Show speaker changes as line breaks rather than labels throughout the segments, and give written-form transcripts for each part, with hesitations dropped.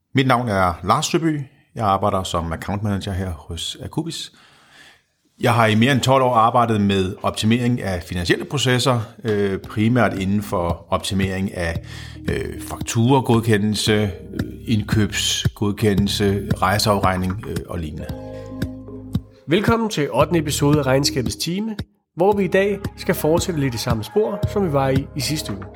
Mit navn er Lars Søby. Jeg arbejder som account manager her hos Akubis. Jeg har i mere end 12 år arbejdet med optimering af finansielle processer, primært inden for optimering af fakturagodkendelse, indkøbsgodkendelse, rejseafregning og lignende.
Velkommen til 8. episode af Regnskabets Time, hvor vi i dag skal fortsætte lidt i samme spor, som vi var i sidste uge.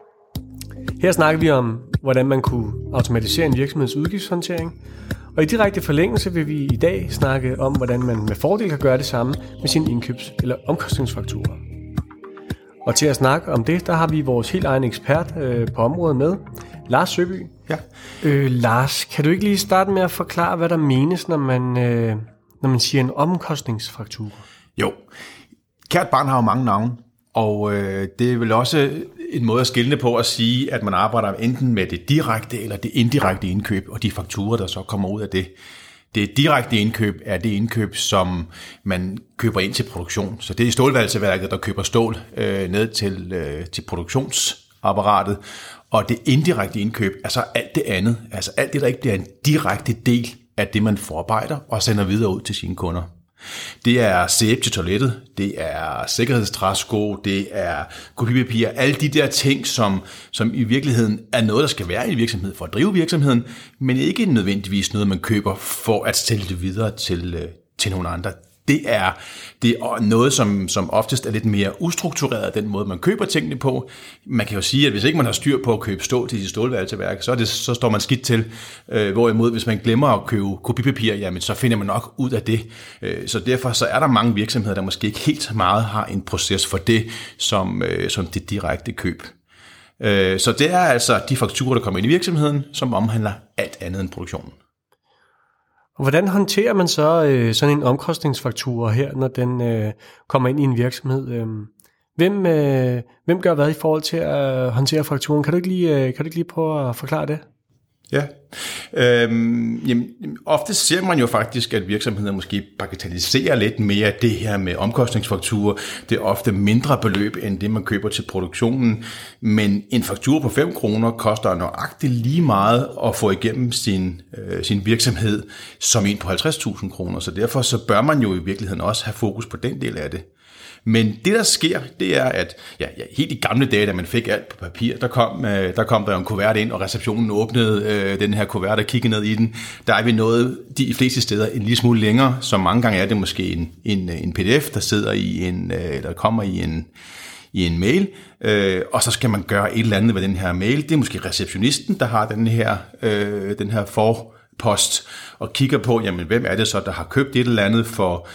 Her snakker vi om, hvordan man kunne automatisere en virksomheds udgiftshåndtering, og i direkte forlængelse vil vi i dag snakke om, hvordan man med fordel kan gøre det samme med sine indkøbs- eller omkostningsfakturer. Og til at snakke om det, der har vi vores helt egen ekspert på området med, Lars Søby.
Ja.
Lars, kan du ikke lige starte med at forklare, hvad der menes, når man siger en omkostningsfaktura?
Jo, kært barn har jo mange navne, og det er vel også en måde at skelne på at sige, at man arbejder enten med det direkte eller det indirekte indkøb, og de fakturer, der så kommer ud af det. Det direkte indkøb er det indkøb, som man køber ind til produktion. Så det er stålvalseværket, der køber stål ned til produktionsapparatet. Og det indirekte indkøb er så alt det andet, altså alt det, der ikke bliver en direkte del af det, man forarbejder og sender videre ud til sine kunder. Det er sæbe til toilettet, det er sikkerhedstræsko, det er kopipapir, alle de der ting, som i virkeligheden er noget, der skal være i en virksomhed for at drive virksomheden, men ikke nødvendigvis noget, man køber for at sælge det videre til nogle andre. Det er noget, som oftest er lidt mere ustruktureret, den måde, man køber tingene på. Man kan jo sige, at hvis ikke man har styr på at købe stål til sit stålvalseværk, så står man skidt til. Hvorimod, hvis man glemmer at købe kopipapir, jamen, så finder man nok ud af det. Så derfor så er der mange virksomheder, der måske ikke helt så meget har en proces for det, som det direkte køb. Så det er altså de fakturer, der kommer ind i virksomheden, som omhandler alt andet end produktionen.
Og hvordan håndterer man så sådan en omkostningsfaktura her, når den kommer ind i en virksomhed? Hvem gør hvad i forhold til at håndtere fakturen? Kan du ikke lige prøve at forklare det?
Ja, ofte ser man jo faktisk, at virksomheder måske bagatelliserer lidt mere det her med omkostningsfakturer. Det er ofte mindre beløb end det, man køber til produktionen, men en faktura på 5 kroner koster nøjagtigt lige meget at få igennem sin virksomhed som en på 50.000 kroner, så derfor så bør man jo i virkeligheden også have fokus på den del af det. Men det, der sker, det er, at helt i gamle dage, da man fik alt på papir, der kom der en kuvert ind, og receptionen åbnede den her kuvert og kiggede ned i den. Der er vi nået de fleste steder en lille smule længere, så mange gange er det måske en pdf, der sidder eller kommer i en mail, og så skal man gøre et eller andet med den her mail. Det er måske receptionisten, der har den her forpost, og kigger på, jamen, hvem er det så, der har købt et eller andet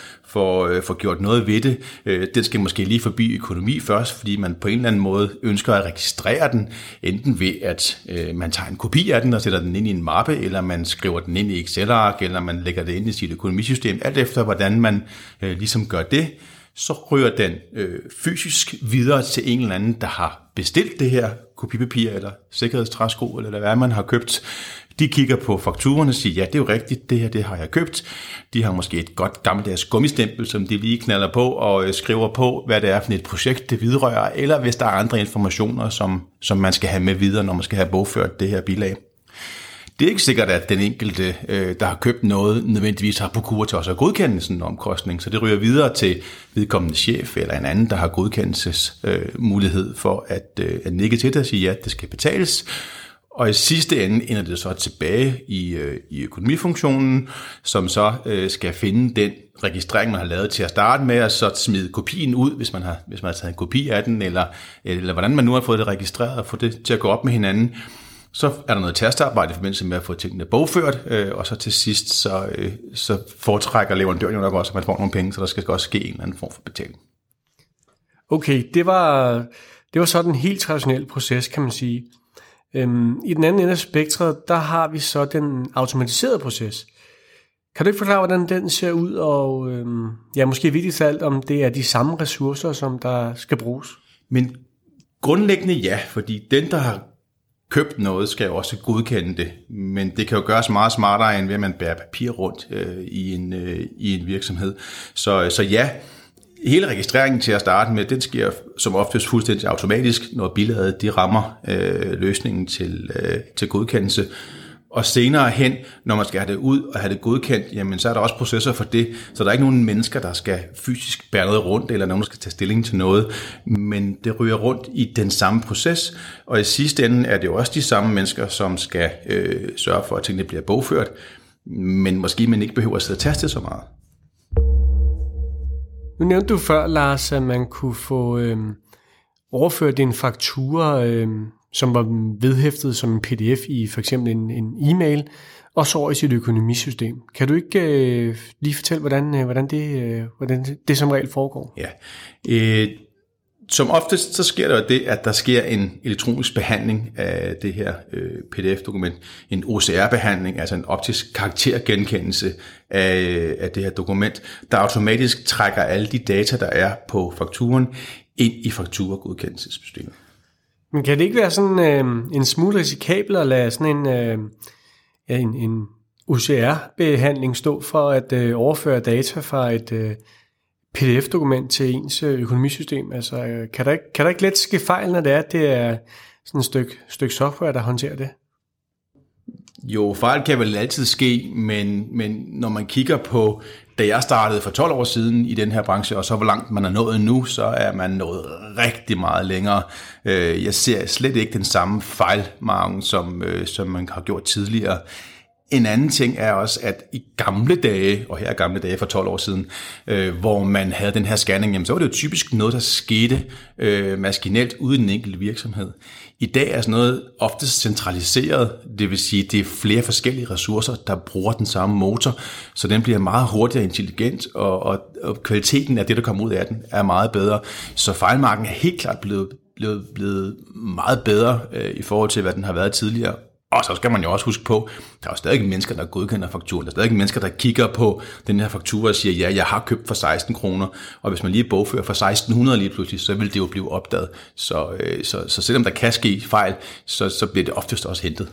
for gjort noget ved det. Den skal måske lige forbi økonomi først, fordi man på en eller anden måde ønsker at registrere den, enten ved, at man tager en kopi af den og sætter den ind i en mappe, eller man skriver den ind i Excel-ark, eller man lægger det ind i sit økonomisystem, alt efter hvordan man ligesom gør det. Så ryger den fysisk videre til en eller anden, der har bestilt det her kopipapir, eller sikkerhedstræsko, eller hvad man har købt. De kigger på fakturen og siger, ja, det er jo rigtigt, det her, det har jeg købt. De har måske et godt gammeldags gummistempel, som de lige knalder på og skriver på, hvad det er for et projekt, det vidrører, eller hvis der er andre informationer, som man skal have med videre, når man skal have bogført det her bilag. Det er ikke sikkert, at den enkelte, der har købt noget, nødvendigvis har på kur til også at godkende sådan en omkostning, så det ryger videre til vedkommende chef eller en anden, der har godkendelsesmulighed for at nikke til det og sige, ja, det skal betales. Og i sidste ende ender det så tilbage i økonomifunktionen, som så skal finde den registrering, man har lavet til at starte med, og så smide kopien ud, hvis man har taget en kopi af den, eller hvordan man nu har fået det registreret og få det til at gå op med hinanden. Så er der noget testarbejde i forbindelse med at få tingene bogført, og så til sidst så foretrækker leverandøren jo nok også, at man får nogle penge, så der skal også ske en eller anden form for betaling.
Okay, det var sådan en helt traditionel proces, kan man sige. I den anden ende af spektret, der har vi så den automatiserede proces. Kan du ikke forklare, hvordan den ser ud, og måske vigtigst af alt, om det er de samme ressourcer, som der skal bruges? Men
grundlæggende ja, fordi den, der har købt noget, skal jo også godkende det, men det kan jo gøres meget smartere, end ved at man bærer papir rundt i en virksomhed. Så ja, hele registreringen til at starte med, den sker som oftest fuldstændig automatisk, når bilaget de rammer løsningen til godkendelse. Og senere hen, når man skal have det ud og have det godkendt, jamen så er der også processer for det. Så der er ikke nogen mennesker, der skal fysisk bære noget rundt, eller nogen, der skal tage stilling til noget. Men det ryger rundt i den samme proces. Og i sidste ende er det jo også de samme mennesker, som skal sørge for, at tingene bliver bogført. Men måske man ikke behøver at sidde og taste så meget.
Nu nævnte du før, Lars, at man kunne få overført en faktura, som var vedhæftet som en pdf i for eksempel en e-mail, og så over i sit økonomisystem. Kan du ikke lige fortælle, hvordan det som regel foregår?
Ja. Som oftest så sker der jo det, at der sker en elektronisk behandling af det her PDF-dokument, en OCR-behandling, altså en optisk karaktergenkendelse af det her dokument, der automatisk trækker alle de data, der er på fakturen, ind i fakturagodkendelsessystemet.
Men kan det ikke være sådan en smule risikabel at lade sådan en OCR-behandling stå for at overføre data fra et PDF-dokument til ens økonomisystem? Altså, kan der ikke let ske fejl, når det er sådan et stykke software, der håndterer det?
Jo, fejl kan vel altid ske, men når man kigger på, da jeg startede for 12 år siden i den her branche, og så hvor langt man er nået nu, så er man nået rigtig meget længere. Jeg ser slet ikke den samme fejlmargen, som man har gjort tidligere. En anden ting er også, at i gamle dage, og her er gamle dage for 12 år siden, hvor man havde den her scanning, jamen, så var det jo typisk noget, der skete maskinelt ude i den enkelte virksomhed. I dag er sådan noget ofte centraliseret, det vil sige, det er flere forskellige ressourcer, der bruger den samme motor, så den bliver meget hurtigere intelligent, og kvaliteten af det, der kommer ud af den, er meget bedre. Så fejlmarken er helt klart blevet meget bedre i forhold til, hvad den har været tidligere. Og så skal man jo også huske på, der er jo stadig mennesker, der godkender fakturen. Der er stadig mennesker, der kigger på den her faktura og siger, ja, jeg har købt for 16 kroner. Og hvis man lige bogfører for 1600 lige pludselig, så vil det jo blive opdaget. Så selvom der kan ske fejl, så bliver det oftest også hentet.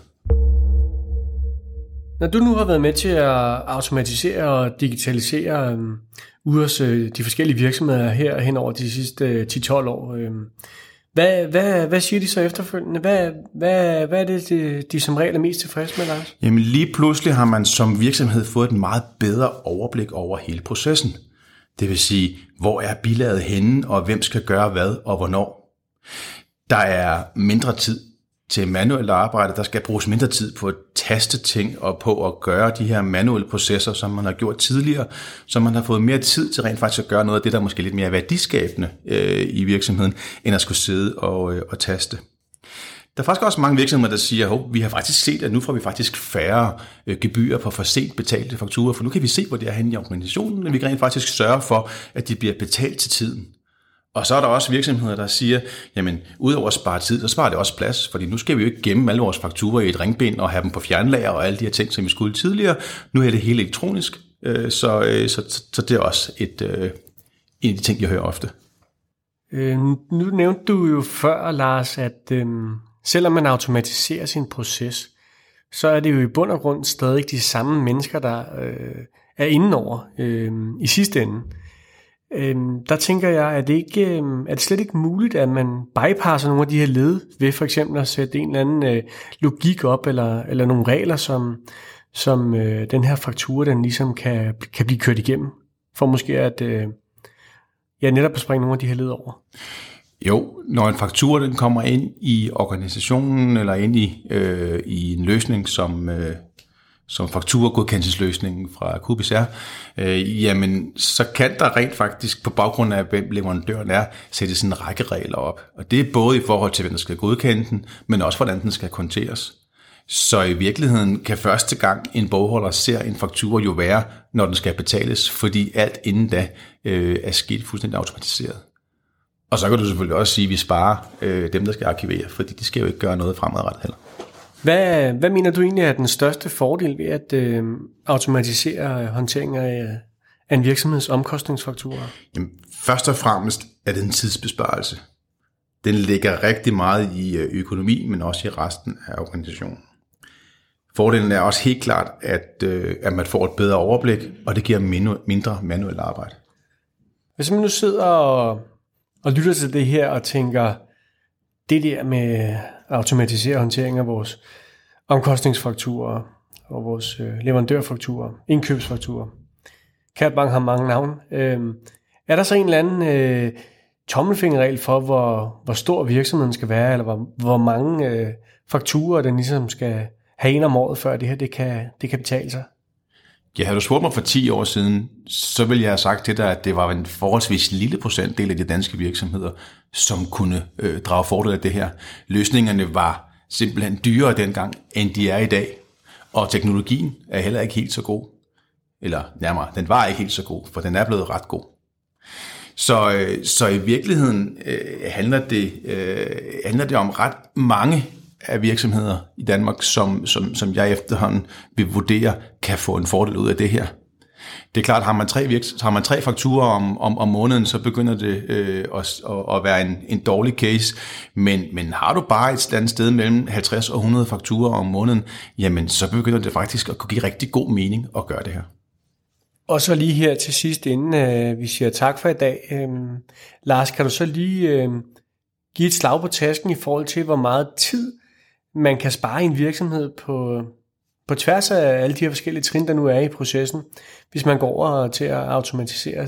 Når du nu har været med til at automatisere og digitalisere ude hos de forskellige virksomheder her hen over de sidste 10-12 år, hvad siger de så efterfølgende? Hvad er det, de som regel er mest tilfredse med, Lars?
Jamen lige pludselig har man som virksomhed fået et meget bedre overblik over hele processen. Det vil sige, hvor er bilaget henne, og hvem skal gøre hvad og hvornår. Der er mindre tid til manuelt arbejde. Der skal bruges mindre tid på at taste ting og på at gøre de her manuelle processer, som man har gjort tidligere, så man har fået mere tid til rent faktisk at gøre noget af det, der er måske lidt mere værdiskabende i virksomheden, end at skulle sidde og taste. Der er faktisk også mange virksomheder, der siger, at vi har faktisk set, at nu får vi faktisk færre gebyrer på for sent betalte fakturer, for nu kan vi se, hvor det er henne i organisationen, men vi kan rent faktisk sørge for, at de bliver betalt til tiden. Og så er der også virksomheder, der siger, jamen udover at spare tid, så sparer det også plads, fordi nu skal vi jo ikke gemme alle vores fakturer i et ringbind og have dem på fjernlager og alle de her ting, som vi skulle tidligere. Nu er det helt elektronisk, så det er også en af de ting, jeg hører ofte.
Nu nævnte du jo før, Lars, at selvom man automatiserer sin proces, så er det jo i bund og grund stadig de samme mennesker, der er indenover i sidste ende. Der tænker jeg, at det slet ikke muligt, at man bypasser nogle af de her led ved for eksempel at sætte en eller anden logik op eller nogle regler, som den her faktura, den ligesom kan blive kørt igennem, for måske at netop at springe nogle af de her led over.
Jo, når en faktura den kommer ind i organisationen eller ind i en løsning som fakturagodkendelsesløsningen fra QBSR, jamen så kan der rent faktisk på baggrund af, hvem leverandøren er, sættes en række regler op. Og det er både i forhold til, hvem der skal godkende den, men også hvordan den skal konteres. Så i virkeligheden kan første gang en bogholder ser en faktura jo være, når den skal betales, fordi alt inden da er sket fuldstændig automatiseret. Og så kan du selvfølgelig også sige, at vi sparer dem, der skal arkivere, fordi de skal jo ikke gøre noget fremadrettet heller.
Hvad mener du egentlig er den største fordel ved at automatisere håndteringen af en virksomheds omkostningsfakturer?
Jamen, først og fremmest er det en tidsbesparelse. Den ligger rigtig meget i økonomi, men også i resten af organisationen. Fordelen er også helt klart, at man får et bedre overblik, og det giver mindre manuelt arbejde.
Hvis man nu sidder og lytter til det her og tænker, det der med at automatisere håndtering af vores omkostningsfakturer og vores leverandørfakturer, indkøbsfakturer. Cartbank har mange navne. Er der så en eller anden tommelfingerregel for, hvor stor virksomheden skal være, eller hvor mange fakturer den ligesom skal have en om året, før det her det kan betale sig?
Ja, havde du spurgt mig for 10 år siden, så ville jeg have sagt til dig, at det var en forholdsvis lille procentdel af de danske virksomheder, som kunne drage fordel af det her. Løsningerne var simpelthen dyrere dengang, end de er i dag. Og teknologien er heller ikke helt så god. Eller nærmere, den var ikke helt så god, for den er blevet ret god. Så i virkeligheden handler det om ret mange af virksomheder i Danmark, som jeg efterhånden vil vurdere, kan få en fordel ud af det her. Det er klart, har man 3 fakturer om måneden, så begynder det at være en dårlig case. Men har du bare et andet sted mellem 50 og 100 fakturer om måneden, jamen så begynder det faktisk at kunne give rigtig god mening at gøre det her.
Og så lige her til sidst, inden vi siger tak for i dag. Lars, kan du så lige give et slag på tasken i forhold til, hvor meget tid man kan spare i en virksomhed på tværs af alle de her forskellige trin, der nu er i processen, hvis man går over til at automatisere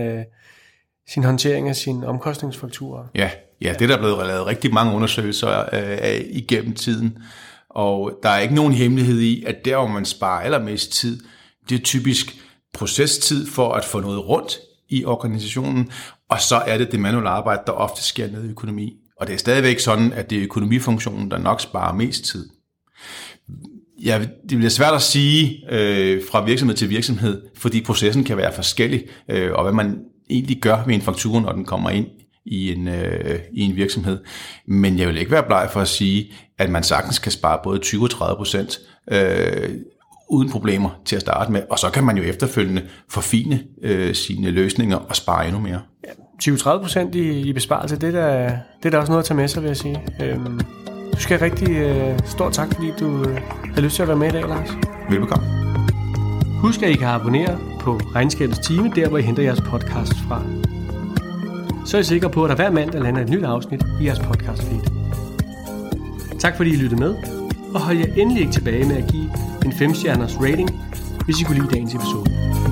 sin håndtering af sine omkostningsfakturer?
Ja, det er der blevet lavet rigtig mange undersøgelser af igennem tiden, og der er ikke nogen hemmelighed i, at der, hvor man sparer allermest tid, det er typisk procestid for at få noget rundt i organisationen, og så er det manuelle arbejde, der ofte sker ned i økonomi. Og det er stadigvæk sådan, at det er økonomifunktionen, der nok sparer mest tid. Ja, det bliver svært at sige fra virksomhed til virksomhed, fordi processen kan være forskellig, og hvad man egentlig gør med en faktura, når den kommer ind i en virksomhed. Men jeg vil ikke være bleg for at sige, at man sagtens kan spare både 20 og 30% uden problemer til at starte med, og så kan man jo efterfølgende forfine sine løsninger og spare endnu mere.
Ja, 20-30% i besparelse, det er da også noget at tage med sig, vil jeg sige. Du skal have rigtig stor tak, fordi du har lyst til at være med i dag, Lars.
Velbekomme.
Husk, at I kan abonnere på Regnskabets Time, der hvor I henter jeres podcast fra. Så er I sikre på, at der hver mandag lander et nyt afsnit i jeres podcast feed. Tak fordi I lyttede med, og hold jer endelig ikke tilbage med at give en 5-stjerners rating, hvis I kunne lide dagens episode.